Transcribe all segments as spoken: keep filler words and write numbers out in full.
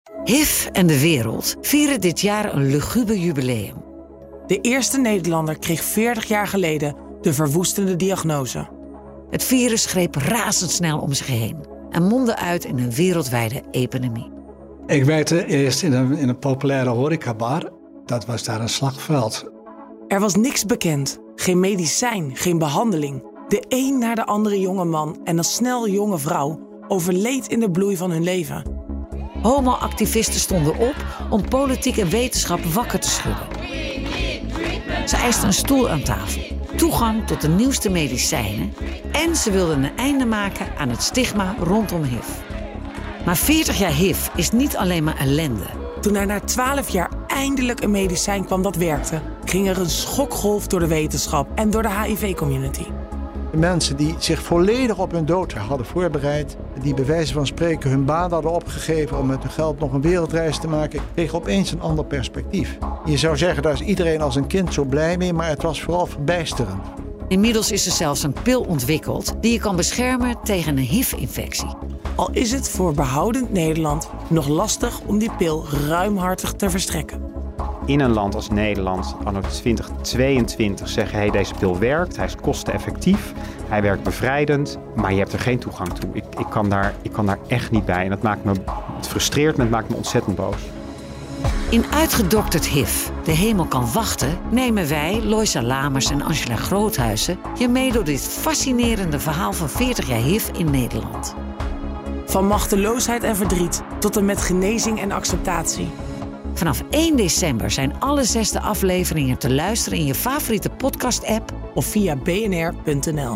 H I V en de wereld vieren dit jaar een luguber jubileum. De eerste Nederlander kreeg veertig jaar geleden de verwoestende diagnose. Het virus greep razendsnel om zich heen en mondde uit in een wereldwijde epidemie. Ik werkte eerst in een, in een populaire horecabar. Dat was daar een slagveld. Er was niks bekend. Geen medicijn, geen behandeling. De een na de andere jonge man en een snel jonge vrouw overleed in de bloei van hun leven. Homo-activisten stonden op om politiek en wetenschap wakker te schudden. Ze eisten een stoel aan tafel, toegang tot de nieuwste medicijnen en ze wilden een einde maken aan het stigma rondom H I V. Maar veertig jaar H I V is niet alleen maar ellende. Toen er na twaalf jaar eindelijk een medicijn kwam dat werkte, ging er een schokgolf door de wetenschap en door de H I V-community. De mensen die zich volledig op hun dood hadden voorbereid, die bij wijze van spreken hun baan hadden opgegeven om met hun geld nog een wereldreis te maken, kregen opeens een ander perspectief. Je zou zeggen, daar is iedereen als een kind zo blij mee, maar het was vooral verbijsterend. Inmiddels is er zelfs een pil ontwikkeld die je kan beschermen tegen een H I V-infectie. Al is het voor behoudend Nederland nog lastig om die pil ruimhartig te verstrekken. In een land als Nederland, anno twintig tweeëntwintig, zeggen hey, deze pil werkt, hij is kosteneffectief, hij werkt bevrijdend, maar je hebt er geen toegang toe. Ik, ik, kan daar, ik kan daar echt niet bij en dat maakt me, het frustreert me, het maakt me ontzettend boos. In Uitgedokterd H I V, de hemel kan wachten, nemen wij, Loisa Lamers en Angela Groothuizen, je mee door dit fascinerende verhaal van veertig jaar H I V in Nederland. Van machteloosheid en verdriet tot en met genezing en acceptatie. Vanaf één december zijn alle zesde afleveringen te luisteren in je favoriete podcast-app of via b n r punt n l.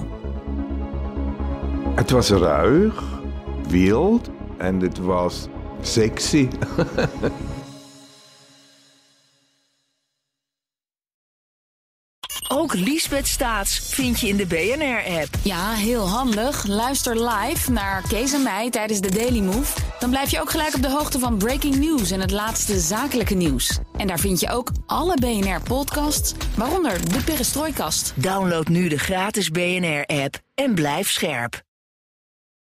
Het was ruig, wild en het was sexy. Ook Liesbeth Staats vind je in de B N R-app. Ja, heel handig. Luister live naar Kees en mij tijdens de Daily Move. Dan blijf je ook gelijk op de hoogte van breaking news en het laatste zakelijke nieuws. En daar vind je ook alle B N R-podcasts, waaronder de Perestrooikast. Download nu de gratis B N R-app en blijf scherp.